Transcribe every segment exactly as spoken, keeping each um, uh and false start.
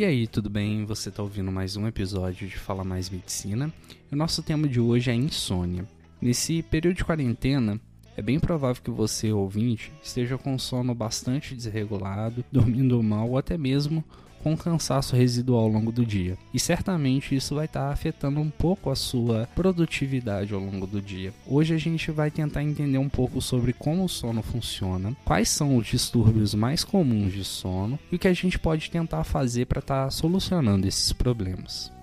E aí, tudo bem? Você está ouvindo mais um episódio de Fala Mais Medicina. E o nosso tema de hoje é insônia. Nesse período de quarentena, é bem provável que você, ouvinte, esteja com sono bastante desregulado, dormindo mal ou até mesmo com cansaço residual ao longo do dia. E certamente isso vai estar afetando um pouco a sua produtividade ao longo do dia. Hoje a gente vai tentar entender um pouco sobre como o sono funciona, quais são os distúrbios mais comuns de sono e o que a gente pode tentar fazer para estar solucionando esses problemas.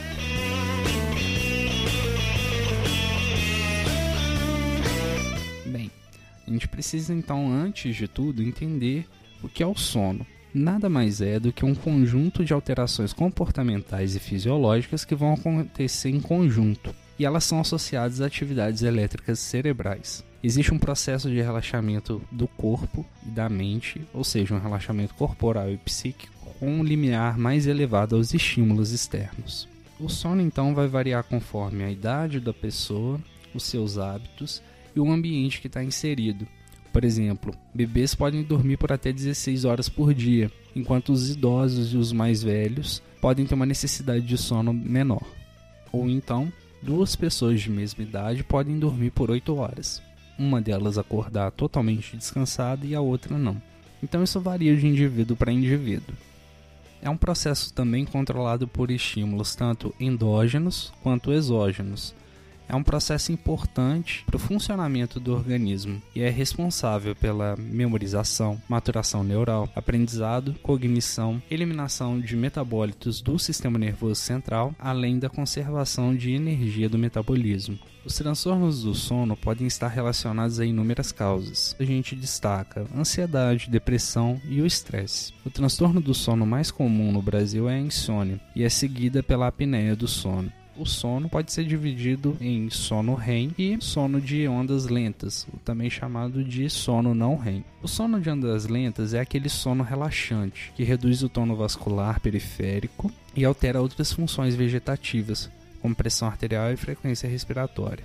Bem, a gente precisa então, antes de tudo, entender o que é o sono. Nada mais é do que um conjunto de alterações comportamentais e fisiológicas que vão acontecer em conjunto, e elas são associadas a atividades elétricas cerebrais. Existe um processo de relaxamento do corpo e da mente, ou seja, um relaxamento corporal e psíquico, com um limiar mais elevado aos estímulos externos. O sono então vai variar conforme a idade da pessoa, os seus hábitos e o ambiente que está inserido. Por exemplo, bebês podem dormir por até dezesseis horas por dia, enquanto os idosos e os mais velhos podem ter uma necessidade de sono menor. Ou então, duas pessoas de mesma idade podem dormir por oito horas. Uma delas acordar totalmente descansada e a outra não. Então isso varia de indivíduo para indivíduo. É um processo também controlado por estímulos tanto endógenos quanto exógenos. É um processo importante para o funcionamento do organismo e é responsável pela memorização, maturação neural, aprendizado, cognição, eliminação de metabólitos do sistema nervoso central, além da conservação de energia do metabolismo. Os transtornos do sono podem estar relacionados a inúmeras causas. A gente destaca ansiedade, depressão e o estresse. O transtorno do sono mais comum no Brasil é a insônia e é seguida pela apneia do sono. O sono pode ser dividido em sono REM e sono de ondas lentas, também chamado de sono não REM. O sono de ondas lentas é aquele sono relaxante, que reduz o tono vascular periférico e altera outras funções vegetativas, como pressão arterial e frequência respiratória.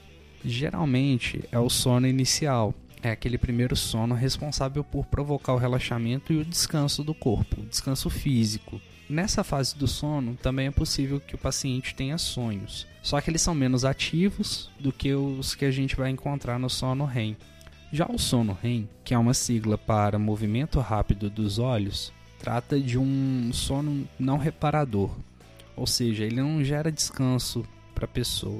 Geralmente é o sono inicial, é aquele primeiro sono responsável por provocar o relaxamento e o descanso do corpo, o descanso físico. Nessa fase do sono, também é possível que o paciente tenha sonhos, só que eles são menos ativos do que os que a gente vai encontrar no sono REM. Já o sono REM, que é uma sigla para movimento rápido dos olhos, trata de um sono não reparador, ou seja, ele não gera descanso para a pessoa.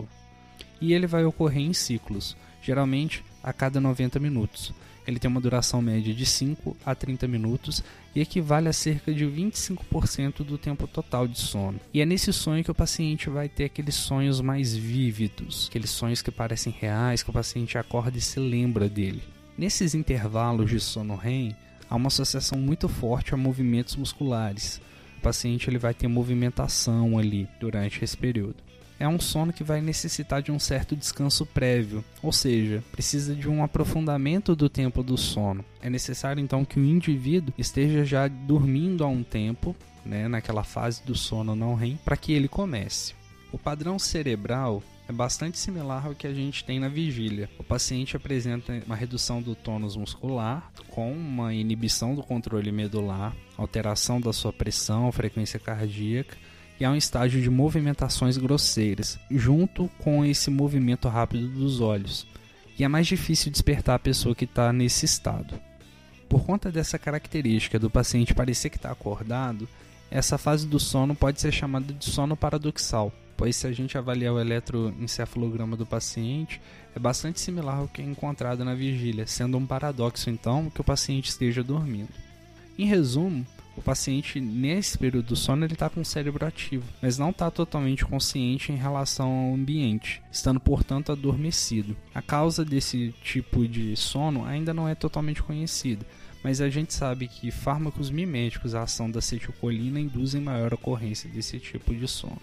E ele vai ocorrer em ciclos, geralmente a cada noventa minutos. Ele tem uma duração média de cinco a trinta minutos e equivale a cerca de vinte e cinco por cento do tempo total de sono. E é nesse sonho que o paciente vai ter aqueles sonhos mais vívidos, aqueles sonhos que parecem reais, que o paciente acorda e se lembra dele. Nesses intervalos de sono REM, há uma associação muito forte a movimentos musculares. O paciente ele vai ter movimentação ali durante esse período. É um sono que vai necessitar de um certo descanso prévio, ou seja, precisa de um aprofundamento do tempo do sono. É necessário então que o indivíduo esteja já dormindo há um tempo, né, naquela fase do sono não REM, para que ele comece. O padrão cerebral é bastante similar ao que a gente tem na vigília. O paciente apresenta uma redução do tônus muscular, com uma inibição do controle medular, alteração da sua pressão, frequência cardíaca, e há um estágio de movimentações grosseiras, junto com esse movimento rápido dos olhos. E é mais difícil despertar a pessoa que está nesse estado. Por conta dessa característica do paciente parecer que está acordado, essa fase do sono pode ser chamada de sono paradoxal, pois se a gente avaliar o eletroencefalograma do paciente, é bastante similar ao que é encontrado na vigília, sendo um paradoxo então que o paciente esteja dormindo. Em resumo, o paciente, nesse período do sono, ele está com o cérebro ativo, mas não está totalmente consciente em relação ao ambiente, estando, portanto, adormecido. A causa desse tipo de sono ainda não é totalmente conhecida, mas a gente sabe que fármacos miméticos à ação da acetilcolina induzem maior ocorrência desse tipo de sono.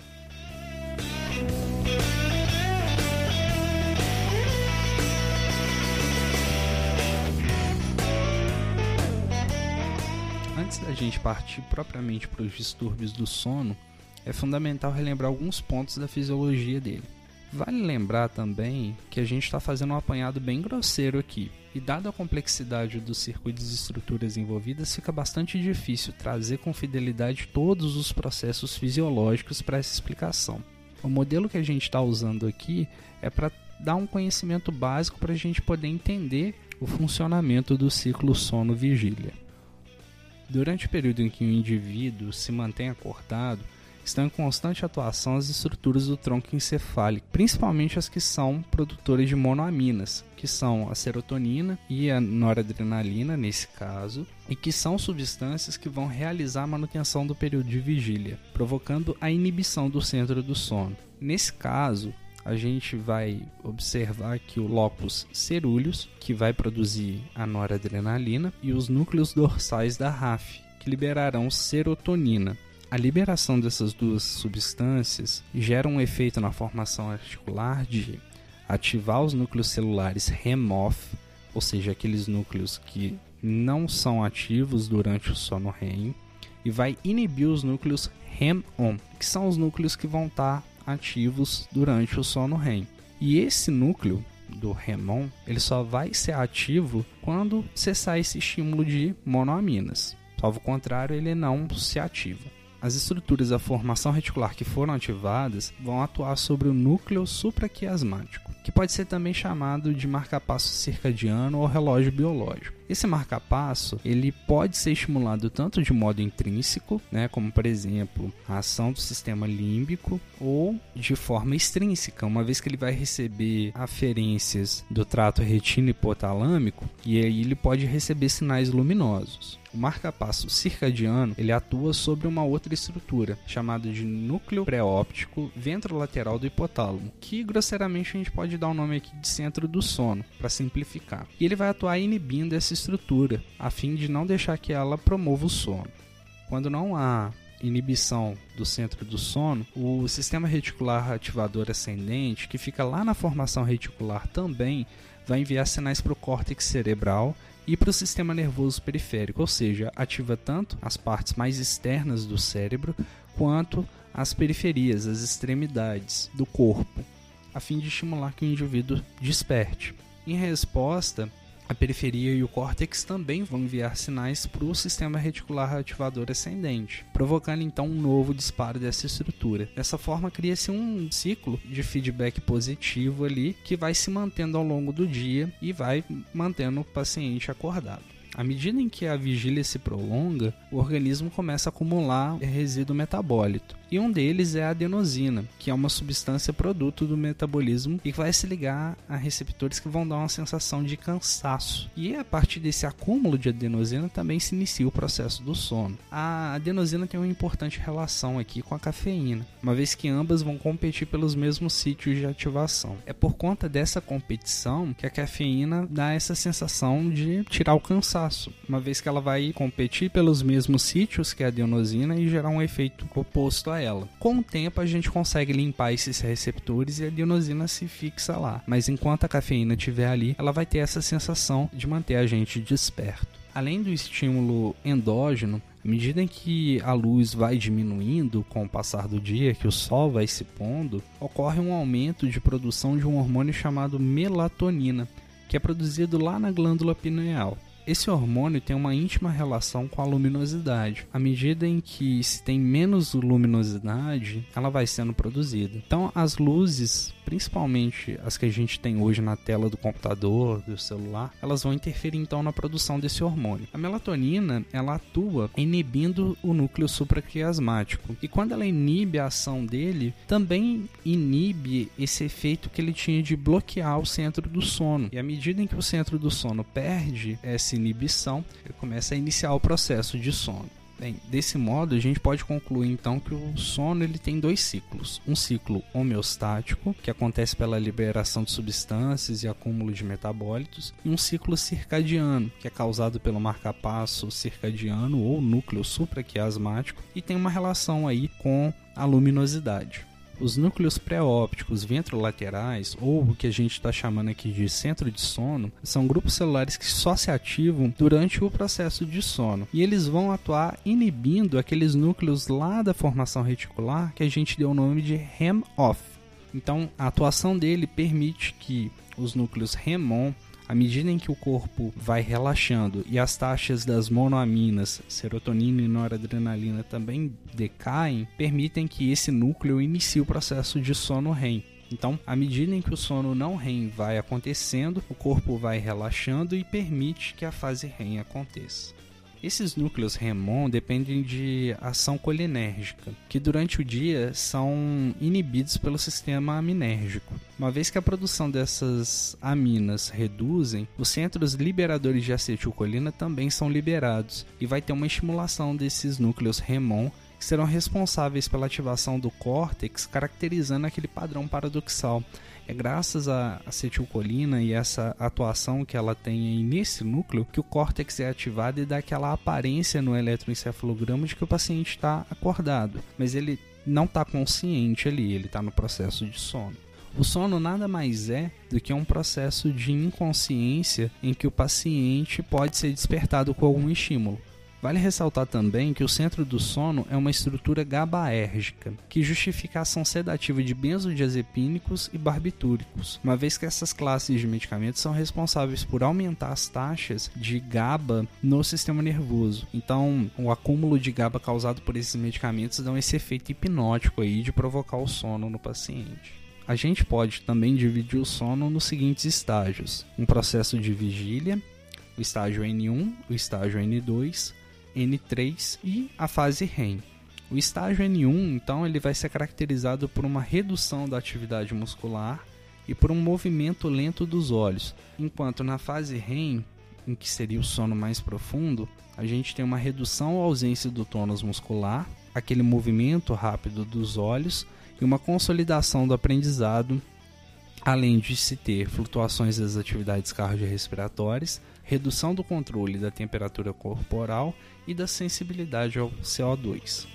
Antes da gente partir propriamente para os distúrbios do sono, é fundamental relembrar alguns pontos da fisiologia dele. Vale lembrar também que a gente está fazendo um apanhado bem grosseiro aqui. E dada a complexidade dos circuitos e estruturas envolvidas, fica bastante difícil trazer com fidelidade todos os processos fisiológicos para essa explicação. O modelo que a gente está usando aqui é para dar um conhecimento básico para a gente poder entender o funcionamento do ciclo sono-vigília. Durante o período em que o indivíduo se mantém acordado, estão em constante atuação as estruturas do tronco encefálico, principalmente as que são produtoras de monoaminas, que são a serotonina e a noradrenalina, nesse caso, e que são substâncias que vão realizar a manutenção do período de vigília, provocando a inibição do centro do sono. Nesse caso, a gente vai observar que o locus cerúleus, que vai produzir a noradrenalina, e os núcleos dorsais da R A F, que liberarão serotonina. A liberação dessas duas substâncias gera um efeito na formação articular de ativar os núcleos celulares R E M O F, ou seja, aqueles núcleos que não são ativos durante o sono R E M, e vai inibir os núcleos R E M O N, que são os núcleos que vão estar ativos durante o sono R E M. E esse núcleo do R E M O N, ele só vai ser ativo quando cessar esse estímulo de monoaminas. Salvo o contrário, ele não se ativa. As estruturas da formação reticular que foram ativadas vão atuar sobre o núcleo supraquiasmático, que pode ser também chamado de marcapasso circadiano ou relógio biológico. Esse marcapasso ele pode ser estimulado tanto de modo intrínseco, né, como por exemplo a ação do sistema límbico, ou de forma extrínseca, uma vez que ele vai receber aferências do trato retino-hipotalâmico, e aí ele pode receber sinais luminosos. O marcapasso circadiano ele atua sobre uma outra estrutura, chamada de núcleo pré-óptico ventrolateral do hipotálamo, que grosseiramente a gente pode dar o nome aqui de centro do sono, para simplificar. E ele vai atuar inibindo essa estrutura, a fim de não deixar que ela promova o sono. Quando não há inibição do centro do sono, o sistema reticular ativador ascendente, que fica lá na formação reticular também, vai enviar sinais para o córtex cerebral e para o sistema nervoso periférico, ou seja, ativa tanto as partes mais externas do cérebro quanto as periferias, as extremidades do corpo, a fim de estimular que o indivíduo desperte. Em resposta, a periferia e o córtex também vão enviar sinais para o sistema reticular ativador ascendente, provocando então um novo disparo dessa estrutura. Dessa forma, cria-se um ciclo de feedback positivo ali que vai se mantendo ao longo do dia e vai mantendo o paciente acordado. À medida em que a vigília se prolonga, o organismo começa a acumular resíduo metabólito. E um deles é a adenosina, que é uma substância produto do metabolismo e vai se ligar a receptores que vão dar uma sensação de cansaço. E a partir desse acúmulo de adenosina também se inicia o processo do sono. A adenosina tem uma importante relação aqui com a cafeína, uma vez que ambas vão competir pelos mesmos sítios de ativação. É por conta dessa competição que a cafeína dá essa sensação de tirar o cansaço, uma vez que ela vai competir pelos mesmos sítios que a adenosina e gerar um efeito oposto a ela. Com o tempo a gente consegue limpar esses receptores e a adenosina se fixa lá, mas enquanto a cafeína estiver ali, ela vai ter essa sensação de manter a gente desperto. Além do estímulo endógeno, à medida em que a luz vai diminuindo com o passar do dia, que o sol vai se pondo, ocorre um aumento de produção de um hormônio chamado melatonina, que é produzido lá na glândula pineal. Esse hormônio tem uma íntima relação com a luminosidade. À medida em que se tem menos luminosidade, ela vai sendo produzida. Então, as luzes, principalmente as que a gente tem hoje na tela do computador, do celular, elas vão interferir então na produção desse hormônio. A melatonina, ela atua inibindo o núcleo supraquiasmático. E quando ela inibe a ação dele, também inibe esse efeito que ele tinha de bloquear o centro do sono. E à medida em que o centro do sono perde essa inibição, ele começa a iniciar o processo de sono. Bem, desse modo a gente pode concluir então que o sono ele tem dois ciclos, um ciclo homeostático, que acontece pela liberação de substâncias e acúmulo de metabólitos, e um ciclo circadiano, que é causado pelo marcapasso circadiano ou núcleo supraquiasmático e tem uma relação aí com a luminosidade. Os núcleos pré-ópticos ventrolaterais, ou o que a gente está chamando aqui de centro de sono, são grupos celulares que só se ativam durante o processo de sono. E eles vão atuar inibindo aqueles núcleos lá da formação reticular que a gente deu o nome de R E M O F. Então, a atuação dele permite que os núcleos REM-MON, à medida em que o corpo vai relaxando e as taxas das monoaminas, serotonina e noradrenalina também decaem, permitem que esse núcleo inicie o processo de sono REM. Então, à medida em que o sono não REM vai acontecendo, o corpo vai relaxando e permite que a fase REM aconteça. Esses núcleos REM-MON dependem de ação colinérgica, que durante o dia são inibidos pelo sistema aminérgico. Uma vez que a produção dessas aminas reduzem, os centros liberadores de acetilcolina também são liberados e vai ter uma estimulação desses núcleos REM-MON que serão responsáveis pela ativação do córtex, caracterizando aquele padrão paradoxal. É graças à acetilcolina e essa atuação que ela tem aí nesse núcleo que o córtex é ativado e dá aquela aparência no eletroencefalograma de que o paciente está acordado, mas ele não está consciente ali, ele está no processo de sono. O sono nada mais é do que um processo de inconsciência em que o paciente pode ser despertado com algum estímulo. Vale ressaltar também que o centro do sono é uma estrutura GABAérgica, que justifica a ação sedativa de benzodiazepínicos e barbitúricos, uma vez que essas classes de medicamentos são responsáveis por aumentar as taxas de GABA no sistema nervoso. Então, o acúmulo de GABA causado por esses medicamentos dá esse efeito hipnótico aí de provocar o sono no paciente. A gente pode também dividir o sono nos seguintes estágios: um processo de vigília, o estágio N um, o estágio N dois, N três e a fase REM. O estágio N um, então, ele vai ser caracterizado por uma redução da atividade muscular e por um movimento lento dos olhos, enquanto na fase REM, em que seria o sono mais profundo, a gente tem uma redução ou ausência do tônus muscular, aquele movimento rápido dos olhos e uma consolidação do aprendizado, além de se ter flutuações das atividades cardiorrespiratórias, redução do controle da temperatura corporal e da sensibilidade ao C O dois.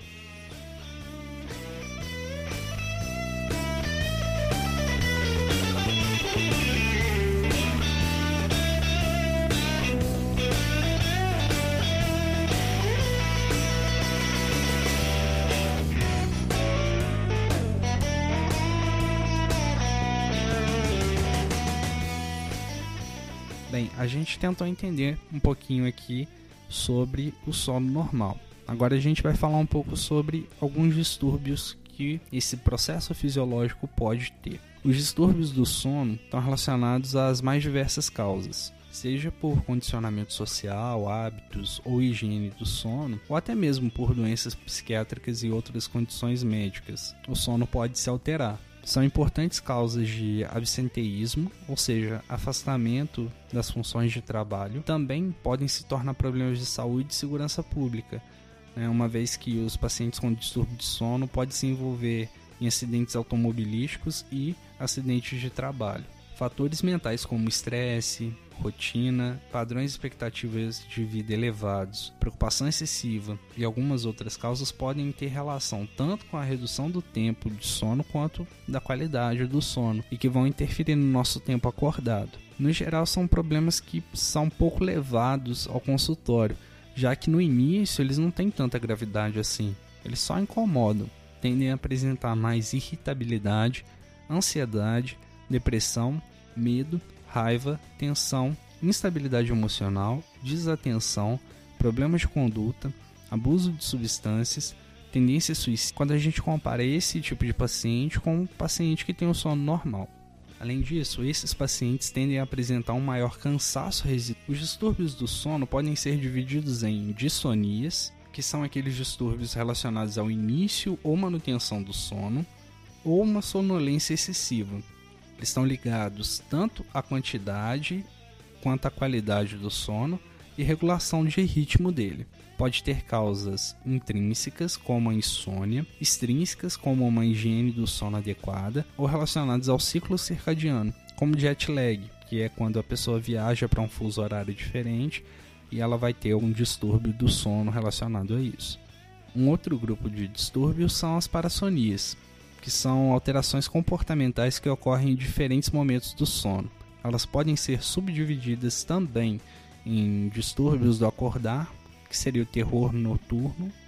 Bem, a gente tentou entender um pouquinho aqui sobre o sono normal. Agora a gente vai falar um pouco sobre alguns distúrbios que esse processo fisiológico pode ter. Os distúrbios do sono estão relacionados às mais diversas causas, seja por condicionamento social, hábitos ou higiene do sono, ou até mesmo por doenças psiquiátricas e outras condições médicas. O sono pode se alterar. São importantes causas de absenteísmo, ou seja, afastamento das funções de trabalho. Também podem se tornar problemas de saúde e segurança pública, né? Uma vez que os pacientes com distúrbio de sono podem se envolver em acidentes automobilísticos e acidentes de trabalho. Fatores mentais como estresse, rotina, padrões e expectativas de vida elevados, preocupação excessiva e algumas outras causas podem ter relação tanto com a redução do tempo de sono quanto da qualidade do sono e que vão interferir no nosso tempo acordado. No geral, são problemas que são pouco levados ao consultório, já que no início eles não têm tanta gravidade assim, eles só incomodam, tendem a apresentar mais irritabilidade, ansiedade, depressão, medo, raiva, tensão, instabilidade emocional, desatenção, problemas de conduta, abuso de substâncias, tendência suicida, quando a gente compara esse tipo de paciente com um paciente que tem um sono normal. Além disso, esses pacientes tendem a apresentar um maior cansaço residual. Os distúrbios do sono podem ser divididos em dissonias, que são aqueles distúrbios relacionados ao início ou manutenção do sono, ou uma sonolência excessiva. Eles estão ligados tanto à quantidade quanto à qualidade do sono e regulação de ritmo dele. Pode ter causas intrínsecas, como a insônia, extrínsecas, como uma higiene do sono adequada, ou relacionadas ao ciclo circadiano, como jet lag, que é quando a pessoa viaja para um fuso horário diferente e ela vai ter um distúrbio do sono relacionado a isso. Um outro grupo de distúrbios são as parassonias, que são alterações comportamentais que ocorrem em diferentes momentos do sono. Elas podem ser subdivididas também em distúrbios do acordar, que seria o terror noturno,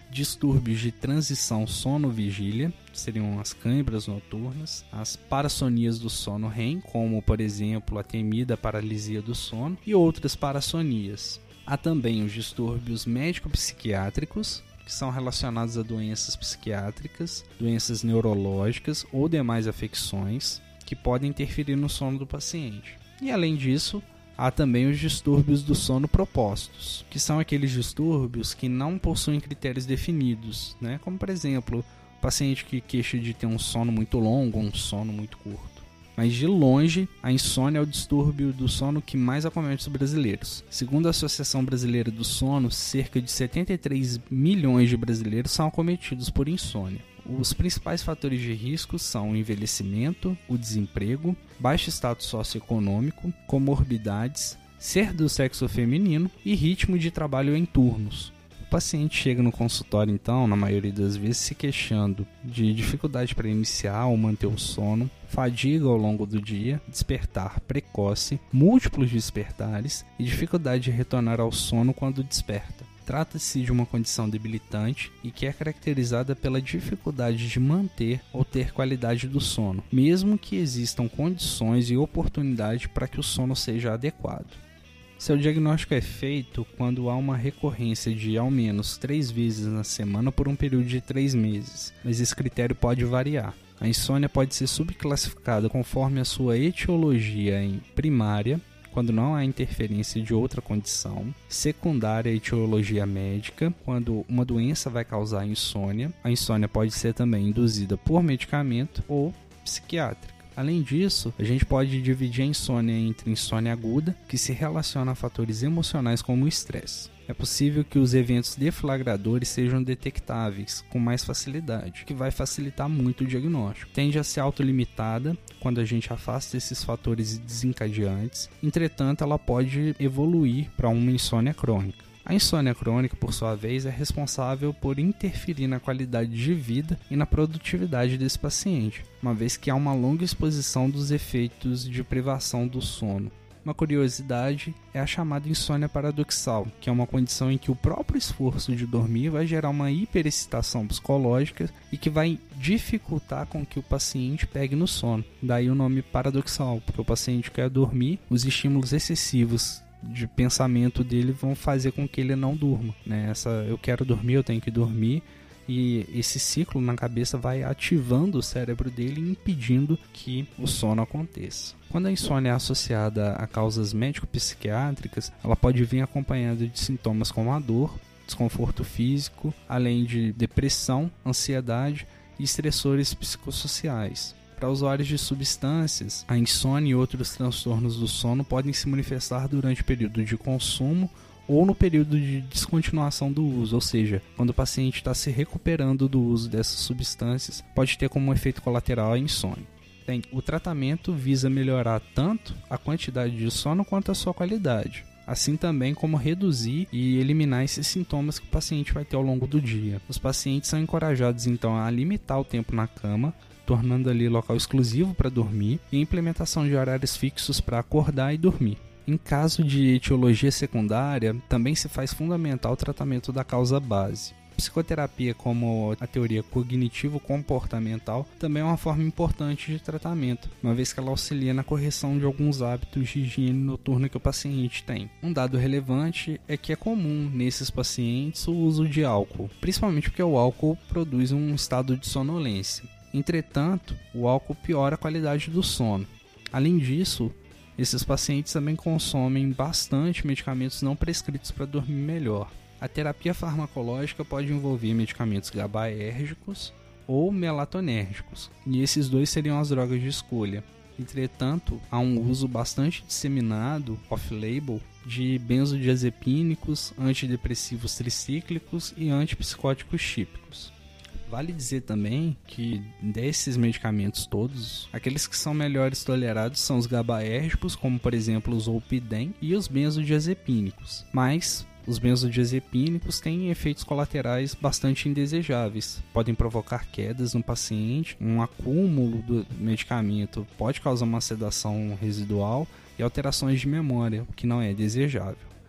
distúrbios de transição sono-vigília, que seriam as câimbras noturnas, as parassonias do sono R E M, como por exemplo a temida paralisia do sono, e outras parassonias. Há também os distúrbios médico-psiquiátricos, que são relacionados a doenças psiquiátricas, doenças neurológicas ou demais afecções que podem interferir no sono do paciente. E além disso, há também os distúrbios do sono propostos, que são aqueles distúrbios que não possuem critérios definidos, né? Como por exemplo, o paciente que queixa de ter um sono muito longo ou um sono muito curto. Mas de longe, a insônia é o distúrbio do sono que mais acomete os brasileiros. Segundo a Associação Brasileira do Sono, cerca de setenta e três milhões de brasileiros são acometidos por insônia. Os principais fatores de risco são o envelhecimento, o desemprego, baixo status socioeconômico, comorbidades, ser do sexo feminino e ritmo de trabalho em turnos. O paciente chega no consultório, então, na maioria das vezes, se queixando de dificuldade para iniciar ou manter o sono, fadiga ao longo do dia, despertar precoce, múltiplos despertares e dificuldade de retornar ao sono quando desperta. Trata-se de uma condição debilitante e que é caracterizada pela dificuldade de manter ou ter qualidade do sono, mesmo que existam condições e oportunidade para que o sono seja adequado. Seu diagnóstico é feito quando há uma recorrência de ao menos três vezes na semana por um período de três meses, mas esse critério pode variar. A insônia pode ser subclassificada conforme a sua etiologia em primária, quando não há interferência de outra condição, secundária, etiologia médica, quando uma doença vai causar insônia. A insônia pode ser também induzida por medicamento ou psiquiátrica. Além disso, a gente pode dividir a insônia entre insônia aguda, que se relaciona a fatores emocionais como o estresse. É possível que os eventos deflagradores sejam detectáveis com mais facilidade, o que vai facilitar muito o diagnóstico. Tende a ser autolimitada quando a gente afasta esses fatores desencadeantes, entretanto, ela pode evoluir para uma insônia crônica. A insônia crônica, por sua vez, é responsável por interferir na qualidade de vida e na produtividade desse paciente, uma vez que há uma longa exposição dos efeitos de privação do sono. Uma curiosidade é a chamada insônia paradoxal, que é uma condição em que o próprio esforço de dormir vai gerar uma hiperexcitação psicológica e que vai dificultar com que o paciente pegue no sono. Daí o nome paradoxal, porque o paciente quer dormir, os estímulos excessivos de pensamento dele vão fazer com que ele não durma, né? Essa, eu quero dormir, eu tenho que dormir, e esse ciclo na cabeça vai ativando o cérebro dele e impedindo que o sono aconteça. Quando a insônia é associada a causas médico-psiquiátricas, ela pode vir acompanhada de sintomas como a dor, desconforto físico, além de depressão, ansiedade e estressores psicossociais. Para usuários de substâncias, a insônia e outros transtornos do sono podem se manifestar durante o período de consumo ou no período de descontinuação do uso, ou seja, quando o paciente está se recuperando do uso dessas substâncias, pode ter como efeito colateral a insônia. Bem, o tratamento visa melhorar tanto a quantidade de sono quanto a sua qualidade, assim também como reduzir e eliminar esses sintomas que o paciente vai ter ao longo do dia. Os pacientes são encorajados então a limitar o tempo na cama, tornando ali local exclusivo para dormir, e a implementação de horários fixos para acordar e dormir. Em caso de etiologia secundária, também se faz fundamental o tratamento da causa base. Psicoterapia, como a teoria cognitivo-comportamental, também é uma forma importante de tratamento, uma vez que ela auxilia na correção de alguns hábitos de higiene noturna que o paciente tem. Um dado relevante é que é comum nesses pacientes o uso de álcool, principalmente porque o álcool produz um estado de sonolência. Entretanto, o álcool piora a qualidade do sono. Além disso, esses pacientes também consomem bastante medicamentos não prescritos para dormir melhor. A terapia farmacológica pode envolver medicamentos GABAérgicos ou melatonérgicos, e esses dois seriam as drogas de escolha. Entretanto, há um uso bastante disseminado, off-label, de benzodiazepínicos, antidepressivos tricíclicos e antipsicóticos típicos. Vale dizer também que desses medicamentos todos, aqueles que são melhores tolerados são os GABAérgicos, como por exemplo o Zolpidem, e os benzodiazepínicos. Mas os benzodiazepínicos têm efeitos colaterais bastante indesejáveis. Podem provocar quedas no paciente, um acúmulo do medicamento pode causar uma sedação residual e alterações de memória, o que não é desejável.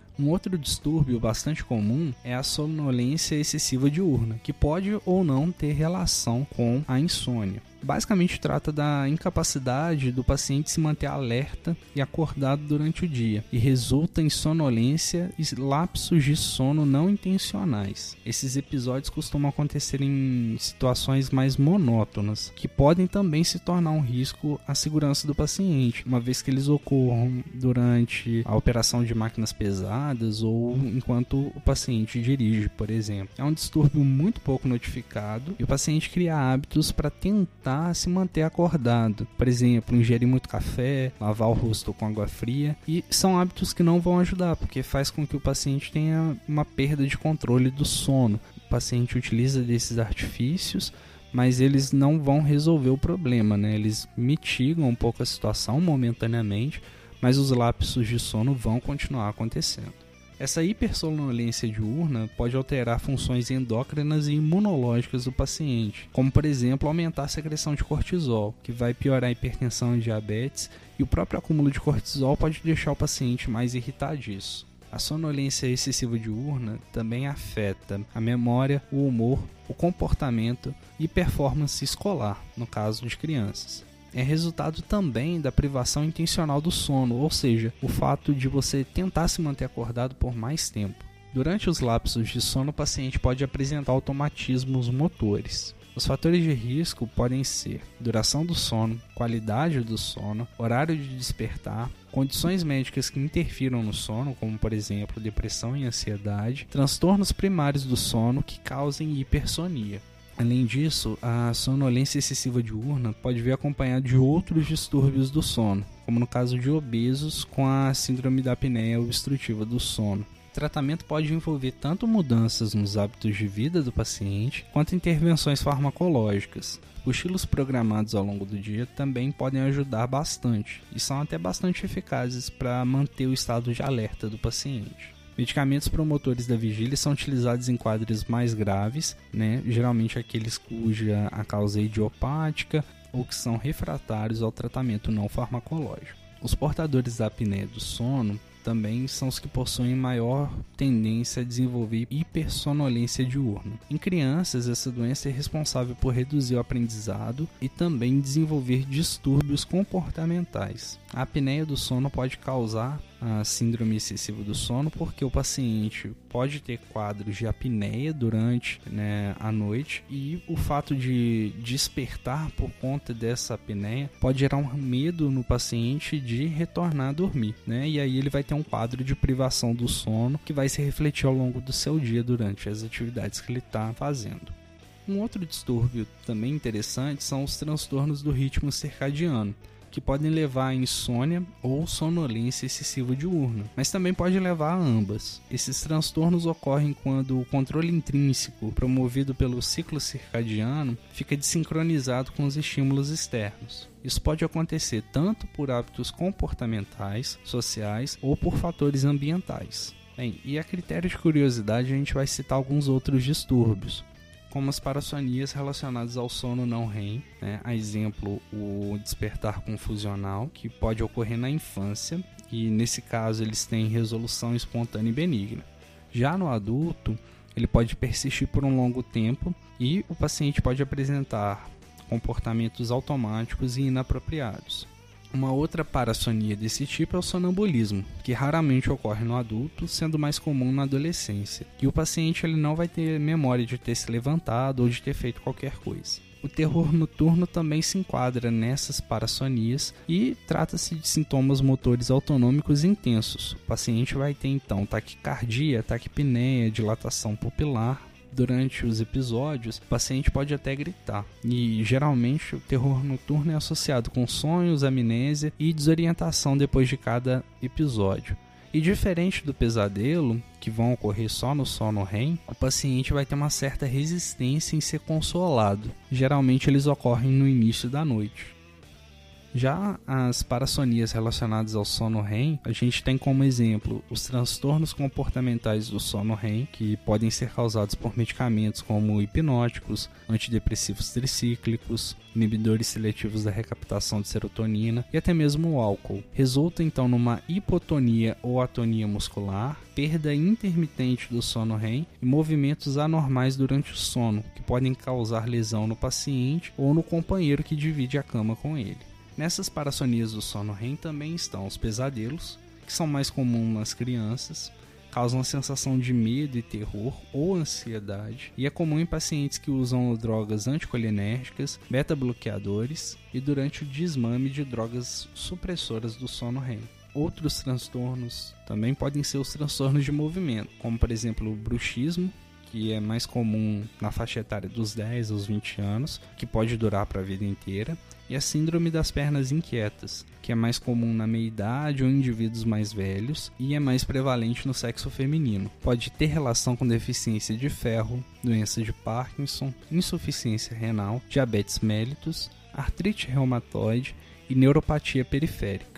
Um outro distúrbio bastante comum é a sonolência excessiva diurna, que pode ou não ter relação com a insônia. Basicamente trata da incapacidade do paciente se manter alerta e acordado durante o dia e resulta em sonolência e lapsos de sono não intencionais. Esses episódios costumam acontecer em situações mais monótonas, que podem também se tornar um risco à segurança do paciente, uma vez que eles ocorram durante a operação de máquinas pesadas ou enquanto o paciente dirige, por exemplo. É um distúrbio muito pouco notificado e o paciente cria hábitos para tentar se manter acordado. Por exemplo, ingerir muito café, lavar o rosto com água fria, e são hábitos que não vão ajudar, porque faz com que o paciente tenha uma perda de controle do sono. O paciente utiliza desses artifícios, mas eles não vão resolver o problema, né? Eles mitigam um pouco a situação momentaneamente, mas os lapsos de sono vão continuar acontecendo. Essa hipersonolência diurna pode alterar funções endócrinas e imunológicas do paciente, como por exemplo aumentar a secreção de cortisol, que vai piorar a hipertensão e diabetes, e o próprio acúmulo de cortisol pode deixar o paciente mais irritadiço. A sonolência excessiva diurna também afeta a memória, o humor, o comportamento e performance escolar, no caso de crianças. É resultado também da privação intencional do sono, ou seja, o fato de você tentar se manter acordado por mais tempo. Durante os lapsos de sono, o paciente pode apresentar automatismos motores. Os fatores de risco podem ser duração do sono, qualidade do sono, horário de despertar, condições médicas que interfiram no sono, como por exemplo depressão e ansiedade, transtornos primários do sono que causem hipersonia. Além disso, a sonolência excessiva diurna pode vir acompanhada de outros distúrbios do sono, como no caso de obesos com a síndrome da apneia obstrutiva do sono. O tratamento pode envolver tanto mudanças nos hábitos de vida do paciente, quanto intervenções farmacológicas. Cochilos programados ao longo do dia também podem ajudar bastante, e são até bastante eficazes para manter o estado de alerta do paciente. Medicamentos promotores da vigília são utilizados em quadros mais graves, né? Geralmente aqueles cuja a causa é idiopática ou que são refratários ao tratamento não farmacológico. Os portadores da apneia do sono também são os que possuem maior tendência a desenvolver hipersonolência diurna. Em crianças, essa doença é responsável por reduzir o aprendizado e também desenvolver distúrbios comportamentais. A apneia do sono pode causar a síndrome excessiva do sono porque o paciente pode ter quadros de apneia durante, né, a noite, e o fato de despertar por conta dessa apneia pode gerar um medo no paciente de retornar a dormir, né? E aí ele vai ter um quadro de privação do sono que vai se refletir ao longo do seu dia durante as atividades que ele está fazendo. Um outro distúrbio também interessante são os transtornos do ritmo circadiano, que podem levar à insônia ou sonolência excessiva diurna, mas também pode levar a ambas. Esses transtornos ocorrem quando o controle intrínseco promovido pelo ciclo circadiano fica desincronizado com os estímulos externos. Isso pode acontecer tanto por hábitos comportamentais, sociais ou por fatores ambientais. Bem, e a critério de curiosidade a gente vai citar alguns outros distúrbios, como as parassonias relacionadas ao sono não R E M, né? A exemplo, o despertar confusional, que pode ocorrer na infância, e nesse caso eles têm resolução espontânea e benigna. Já no adulto, ele pode persistir por um longo tempo e o paciente pode apresentar comportamentos automáticos e inapropriados. Uma outra parassonia desse tipo é o sonambulismo, que raramente ocorre no adulto, sendo mais comum na adolescência. E o paciente ele não vai ter memória de ter se levantado ou de ter feito qualquer coisa. O terror noturno também se enquadra nessas parassonias e trata-se de sintomas motores autonômicos intensos. O paciente vai ter então taquicardia, taquipneia, dilatação pupilar. Durante os episódios, o paciente pode até gritar, e geralmente o terror noturno é associado com sonhos, amnésia e desorientação depois de cada episódio. E diferente do pesadelo, que vão ocorrer só no sono R E M, o paciente vai ter uma certa resistência em ser consolado. Geralmente eles ocorrem no início da noite. Já as parassonias relacionadas ao sono R E M, a gente tem como exemplo os transtornos comportamentais do sono R E M, que podem ser causados por medicamentos como hipnóticos, antidepressivos tricíclicos, inibidores seletivos da recaptação de serotonina e até mesmo o álcool. Resulta então numa hipotonia ou atonia muscular, perda intermitente do sono R E M e movimentos anormais durante o sono, que podem causar lesão no paciente ou no companheiro que divide a cama com ele. Nessas parassonias do sono R E M também estão os pesadelos, que são mais comuns nas crianças, causam a sensação de medo e terror ou ansiedade, e é comum em pacientes que usam drogas anticolinérgicas, beta-bloqueadores e durante o desmame de drogas supressoras do sono R E M. Outros transtornos também podem ser os transtornos de movimento, como por exemplo o bruxismo, que é mais comum na faixa etária dos dez aos vinte anos, que pode durar para a vida inteira, e a síndrome das pernas inquietas, que é mais comum na meia-idade ou em indivíduos mais velhos e é mais prevalente no sexo feminino. Pode ter relação com deficiência de ferro, doença de Parkinson, insuficiência renal, diabetes mellitus, artrite reumatoide e neuropatia periférica.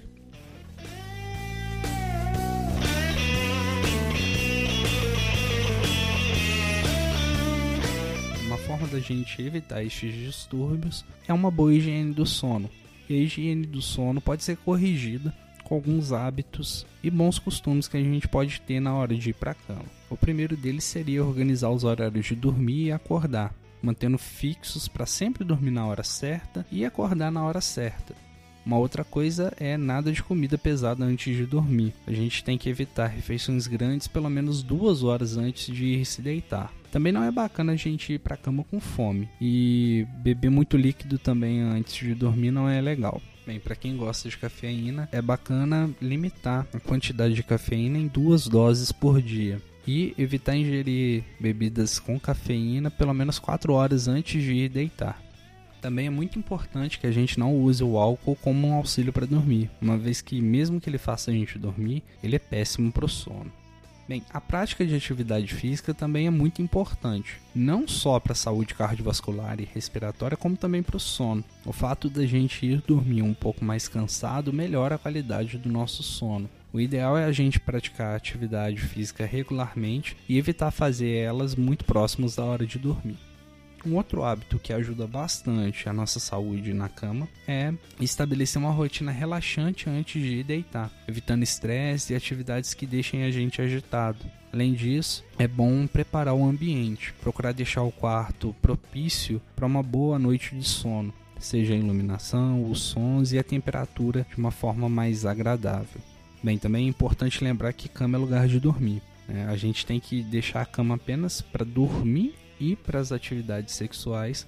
Forma da gente evitar estes distúrbios é uma boa higiene do sono. E a higiene do sono pode ser corrigida com alguns hábitos e bons costumes que a gente pode ter na hora de ir para a cama. O primeiro deles seria organizar os horários de dormir e acordar, mantendo fixos para sempre dormir na hora certa e acordar na hora certa. Uma outra coisa é nada de comida pesada antes de dormir. A gente tem que evitar refeições grandes pelo menos duas horas antes de ir se deitar. Também não é bacana a gente ir para a cama com fome. E beber muito líquido também antes de dormir não é legal. Bem, para quem gosta de cafeína, é bacana limitar a quantidade de cafeína em duas doses por dia. E evitar ingerir bebidas com cafeína pelo menos quatro horas antes de ir deitar. Também é muito importante que a gente não use o álcool como um auxílio para dormir, uma vez que mesmo que ele faça a gente dormir, ele é péssimo para o sono. Bem, a prática de atividade física também é muito importante, não só para a saúde cardiovascular e respiratória, como também para o sono. O fato da gente ir dormir um pouco mais cansado melhora a qualidade do nosso sono. O ideal é a gente praticar atividade física regularmente e evitar fazer elas muito próximas da hora de dormir. Um outro hábito que ajuda bastante a nossa saúde na cama é estabelecer uma rotina relaxante antes de ir deitar, evitando estresse e atividades que deixem a gente agitado. Além disso, é bom preparar o ambiente, procurar deixar o quarto propício para uma boa noite de sono, seja a iluminação, os sons e a temperatura de uma forma mais agradável. Bem, também é importante lembrar que cama é lugar de dormir, né? A gente tem que deixar a cama apenas para dormir e para as atividades sexuais,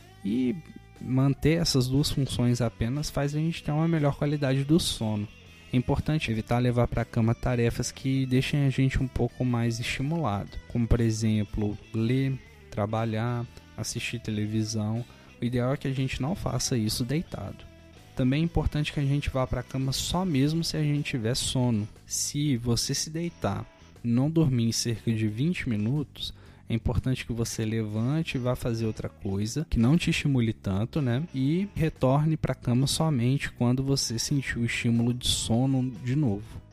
e manter essas duas funções apenas faz a gente ter uma melhor qualidade do sono. É importante evitar levar para a cama tarefas que deixem a gente um pouco mais estimulado, como por exemplo ler, trabalhar, assistir televisão. O ideal é que a gente não faça isso deitado. Também é importante que a gente vá para a cama só mesmo se a gente tiver sono. Se você se deitar e não dormir em cerca de vinte minutos, é importante que você levante e vá fazer outra coisa que não te estimule tanto, né? E retorne para a cama somente quando você sentir o estímulo de sono de novo.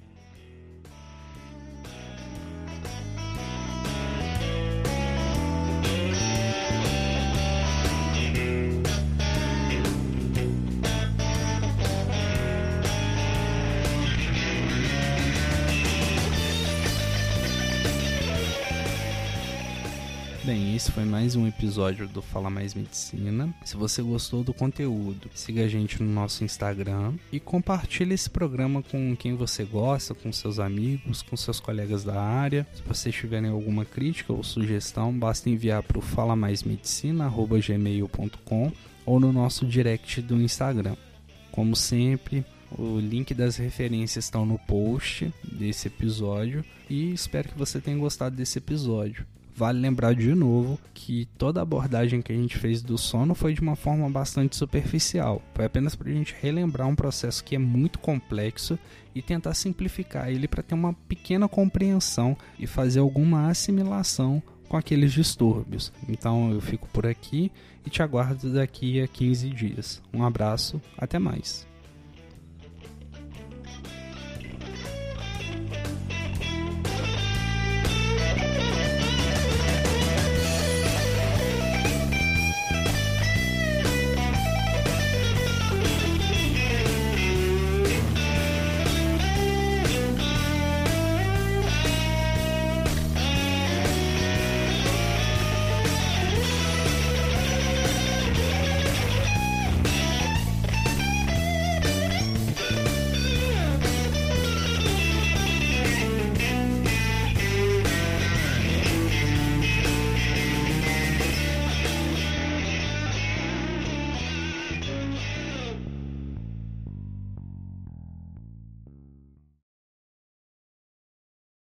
Bem, esse foi mais um episódio do Fala Mais Medicina. Se você gostou do conteúdo, siga a gente no nosso Instagram e compartilhe esse programa com quem você gosta, com seus amigos, com seus colegas da área. Se vocês tiverem alguma crítica ou sugestão, basta enviar para o fala mais medicina arroba gmail ponto com ou no nosso direct do Instagram. Como sempre, o link das referências estão no post desse episódio e espero que você tenha gostado desse episódio. Vale lembrar de novo que toda a abordagem que a gente fez do sono foi de uma forma bastante superficial. Foi apenas para a gente relembrar um processo que é muito complexo e tentar simplificar ele para ter uma pequena compreensão e fazer alguma assimilação com aqueles distúrbios. Então eu fico por aqui e te aguardo daqui a quinze dias. Um abraço, até mais.